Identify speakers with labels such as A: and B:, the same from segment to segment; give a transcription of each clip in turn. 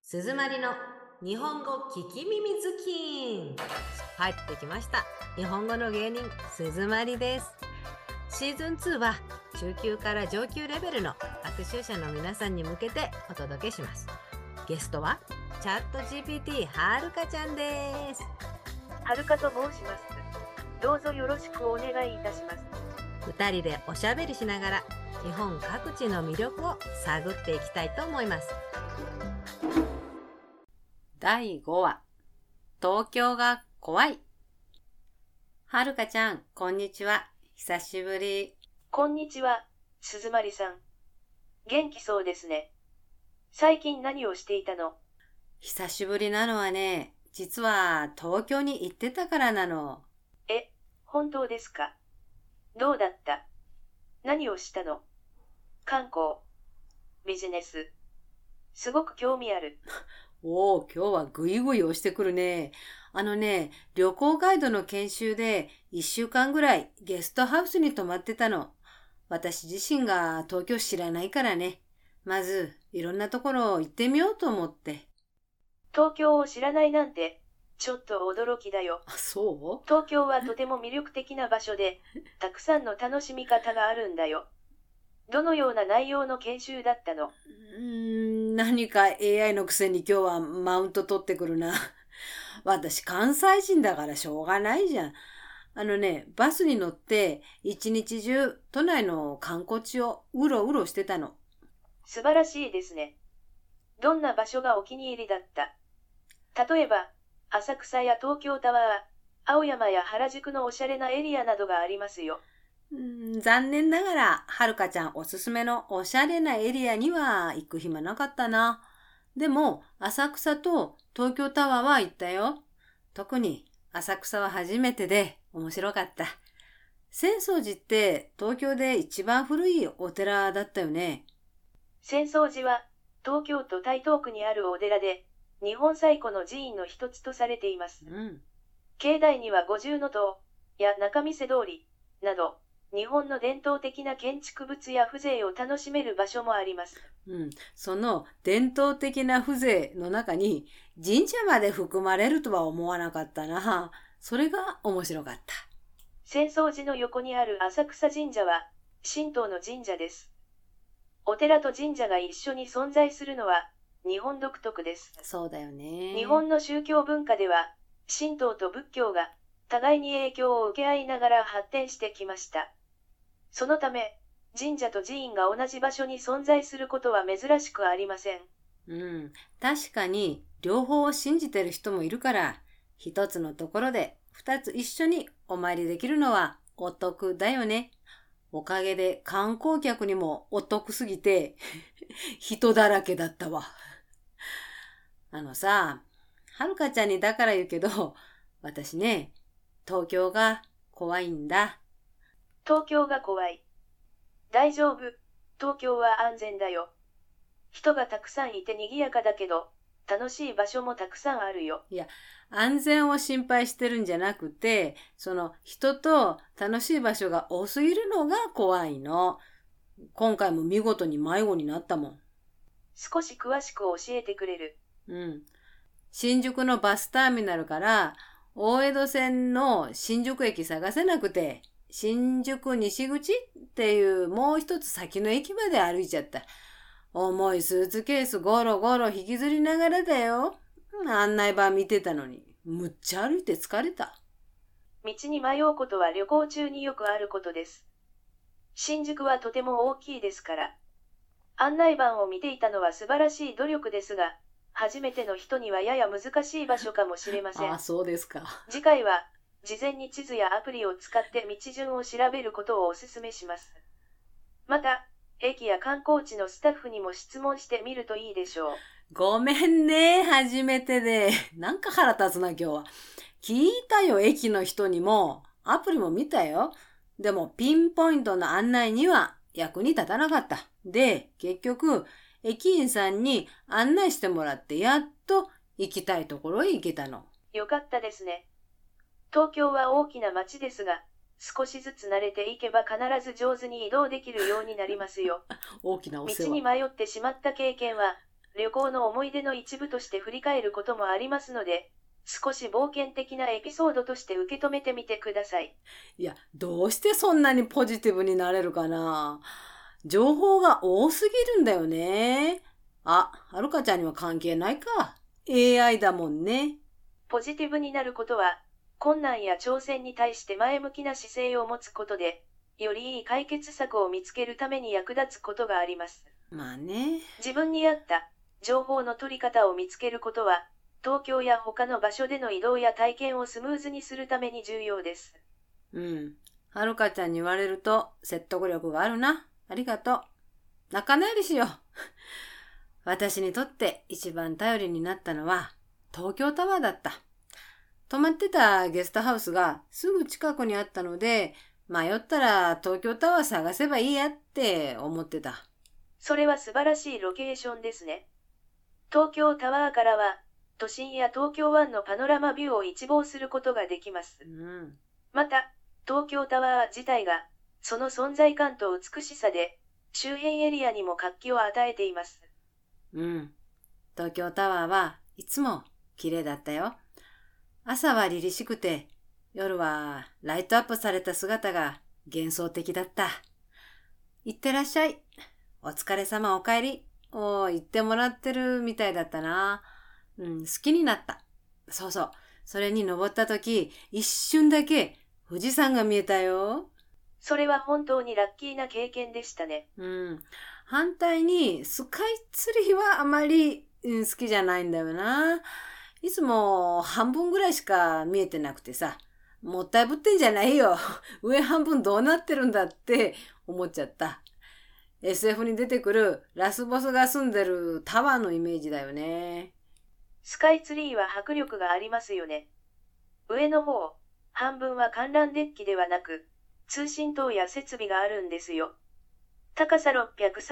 A: 鈴まりの日本語聞き耳ズキン。入ってきました。日本語の芸人鈴まりです。シーズン2は中級から上級レベルの学習者の皆さんに向けてお届けします。ゲストはチャット GPT はるかちゃんです。
B: はるかと申します。どうぞよろしくお願いいたします。
A: 2人でおしゃべりしながら日本各地の魅力を探っていきたいと思います。第5話、東京が怖い。はるかちゃん、こんにちは。久しぶり。
B: こんにちは、鈴まりさん。元気そうですね。最近何をしていたの？
A: 久しぶりなのはね、実は東京に行ってたからなの。
B: 本当ですか？どうだった？何をしたの？観光？ビジネス？すごく興味ある。
A: おお、今日はグイグイ押してくるね。旅行ガイドの研修で1週間ぐらいゲストハウスに泊まってたの。私自身が東京知らないからね。まず、いろんなところ行ってみようと思って。
B: 東京を知らないなんて、ちょっと驚きだよ。
A: あ、そう？
B: 東京はとても魅力的な場所で、たくさんの楽しみ方があるんだよ。どのような内容の研修だったの？
A: 何か AI のくせに今日はマウント取ってくるな。私関西人だからしょうがないじゃん。バスに乗って一日中都内の観光地をうろうろしてたの。
B: 素晴らしいですね。どんな場所がお気に入りだった？例えば、浅草や東京タワー、青山や原宿のおしゃれなエリアなどがありますよ。
A: 残念ながら、はるかちゃんおすすめのおしゃれなエリアには行く暇なかったな。でも、浅草と東京タワーは行ったよ。特に浅草は初めてで面白かった。浅草寺って東京で一番古いお寺だったよね。
B: 浅草寺は東京都台東区にあるお寺で、日本最古の寺院の一つとされています。境内には五重塔や仲見世通りなど、日本の伝統的な建築物や風情を楽しめる場所もあります。
A: その伝統的な風情の中に神社まで含まれるとは思わなかったな。それが面白かった。
B: 浅草寺の横にある浅草神社は神道の神社です。お寺と神社が一緒に存在するのは日本独特です。
A: そうだよね。
B: 日本の宗教文化では神道と仏教が互いに影響を受け合いながら発展してきました。そのため、神社と寺院が同じ場所に存在することは珍しくありません。
A: 確かに両方を信じてる人もいるから、一つのところで二つ一緒にお参りできるのはお得だよね。おかげで観光客にもお得すぎて人だらけだったわ。はるかちゃんにだから言うけど、私ね、東京が怖いんだ。
B: 東京が怖い。大丈夫。東京は安全だよ。人がたくさんいて賑やかだけど、楽しい場所もたくさんあるよ。
A: いや、安全を心配してるんじゃなくて、人と楽しい場所が多すぎるのが怖いの。今回も見事に迷子になったもん。
B: 少し詳しく教えてくれる？
A: 新宿のバスターミナルから大江戸線の新宿駅探せなくて、新宿西口っていうもう一つ先の駅まで歩いちゃった。重いスーツケースゴロゴロ引きずりながらだよ。案内板見てたのに、むっちゃ歩いて疲れた。
B: 道に迷うことは旅行中によくあることです。新宿はとても大きいですから。案内板を見ていたのは素晴らしい努力ですが、初めての人にはやや難しい場所かもしれません。
A: そうですか。
B: 次回は、事前に地図やアプリを使って道順を調べることをお勧めします。また、駅や観光地のスタッフにも質問してみるといいでしょう。
A: ごめんね、初めてで。なんか腹立つな、今日は。聞いたよ、駅の人にも。アプリも見たよ。でも、ピンポイントの案内には役に立たなかった。で、結局、駅員さんに案内してもらって、やっと行きたいところへ行けたの。
B: よかったですね。東京は大きな街ですが、少しずつ慣れていけば必ず上手に移動できるようになりますよ。
A: 大きなお世話。
B: 道に迷ってしまった経験は、 旅行の思い出の一部として振り返ることもありますので、少し冒険的なエピソードとして受け止めてみてください。
A: いや、どうしてそんなにポジティブになれるかな。情報が多すぎるんだよね。あ、はるかちゃんには関係ないか。AI だもんね。
B: ポジティブになることは、困難や挑戦に対して前向きな姿勢を持つことで、よりいい解決策を見つけるために役立つことがあります。
A: まあね。
B: 自分に合った情報の取り方を見つけることは、東京や他の場所での移動や体験をスムーズにするために重要です。
A: うん。はるかちゃんに言われると説得力があるな。ありがとう。仲直りしよう。私にとって一番頼りになったのは東京タワーだった。泊まってたゲストハウスがすぐ近くにあったので、迷ったら東京タワー探せばいいやって思ってた。
B: それは素晴らしいロケーションですね。東京タワーからは都心や東京湾のパノラマビューを一望することができます。また、東京タワー自体がその存在感と美しさで周辺エリアにも活気を与えています。
A: 東京タワーはいつも綺麗だったよ。朝は凛々しくて、夜はライトアップされた姿が幻想的だった。いってらっしゃい。お疲れ様お帰り。言ってもらってるみたいだったな。好きになった。そうそう。それに登った時、一瞬だけ富士山が見えたよ。
B: それは本当にラッキーな経験でしたね。
A: 反対にスカイツリーはあまり、好きじゃないんだよな。いつも半分ぐらいしか見えてなくてさ、もったいぶってんじゃないよ。上半分どうなってるんだって思っちゃった。SF に出てくるラスボスが住んでるタワーのイメージだよね。
B: スカイツリーは迫力がありますよね。上の方、半分は観覧デッキではなく、通信塔や設備があるんですよ。高さ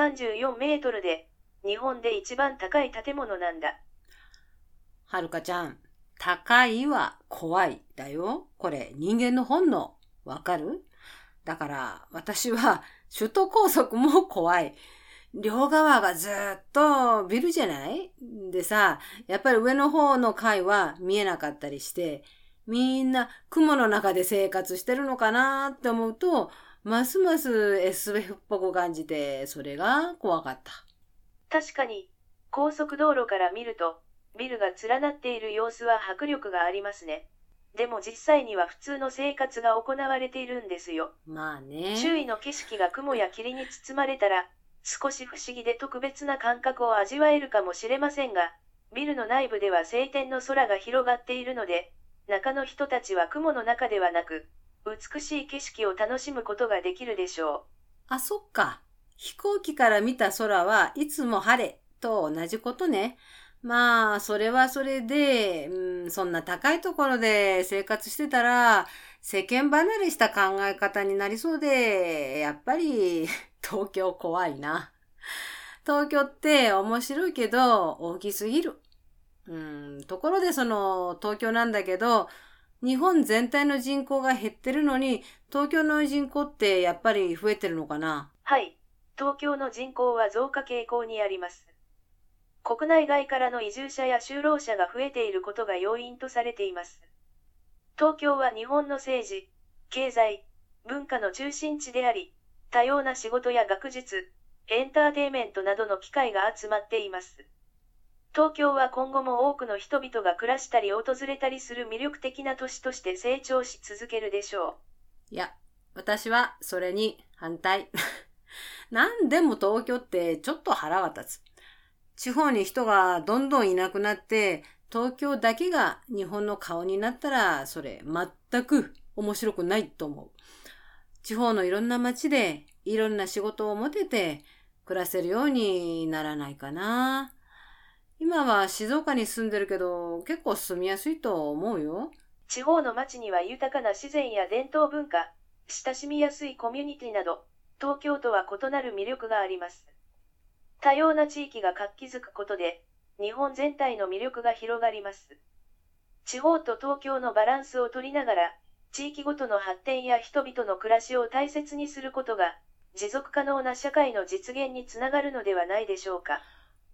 B: 634メートルで、日本で一番高い建物なんだ。
A: はるかちゃん、高いは怖いだよ。これ人間の本能。わかる？だから私は首都高速も怖い。両側がずっとビルじゃない？でさ、やっぱり上の方の階は見えなかったりして、みんな雲の中で生活してるのかなって思うと、ますます SF っぽく感じて、それが怖かった。
B: 確かに、高速道路から見ると、ビルが連なっている様子は迫力がありますね。でも実際には普通の生活が行われているんですよ。
A: まあね。
B: 周囲の景色が雲や霧に包まれたら、少し不思議で特別な感覚を味わえるかもしれませんが、ビルの内部では晴天の空が広がっているので、中の人たちは雲の中ではなく、美しい景色を楽しむことができるでしょう。
A: あ、そっか。飛行機から見た空はいつも晴れと同じことね。まあ、それはそれで、そんな高いところで生活してたら、世間離れした考え方になりそうで、やっぱり東京怖いな。東京って面白いけど大きすぎる。ところでその東京なんだけど、日本全体の人口が減ってるのに、東京の人口ってやっぱり増えてるのかな？
B: はい。東京の人口は増加傾向にあります。国内外からの移住者や就労者が増えていることが要因とされています。東京は日本の政治、経済、文化の中心地であり、多様な仕事や学術、エンターテイメントなどの機会が集まっています。東京は今後も多くの人々が暮らしたり訪れたりする魅力的な都市として成長し続けるでしょ
A: う。いや、私はそれに反対。なんでも東京ってちょっと腹が立つ。地方に人がどんどんいなくなって、東京だけが日本の顔になったら、それ全く面白くないと思う。地方のいろんな街でいろんな仕事を持てて暮らせるようにならないかな。今は静岡に住んでるけど、結構住みやすいと思うよ。
B: 地方の街には豊かな自然や伝統文化、親しみやすいコミュニティなど、東京とは異なる魅力があります。多様な地域が活気づくことで、日本全体の魅力が広がります。地方と東京のバランスを取りながら、地域ごとの発展や人々の暮らしを大切にすることが、持続可能な社会の実現につながるのではないでしょうか。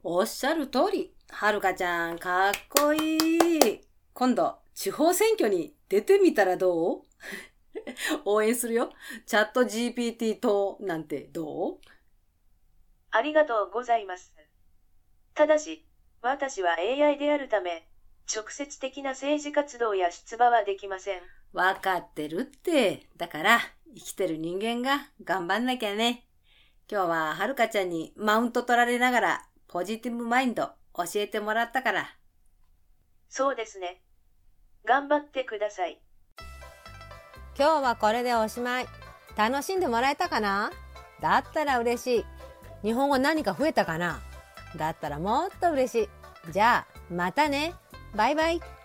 A: おっしゃる通り。はるかちゃん、かっこいい。今度、地方選挙に出てみたらどう？応援するよ。チャット GPT 党なんてどう？
B: ありがとうございます。ただし、私は AI であるため、直接的な政治活動や出馬はできません。
A: わかってるって。だから、生きてる人間が頑張んなきゃね。今日ははるかちゃんにマウント取られながら、ポジティブマインド教えてもらったから。
B: そうですね。頑張ってください。
C: 今日はこれでおしまい。楽しんでもらえたかな？だったら嬉しい。日本語何か増えたかな？だったらもっと嬉しい。じゃあ、またね。バイバイ。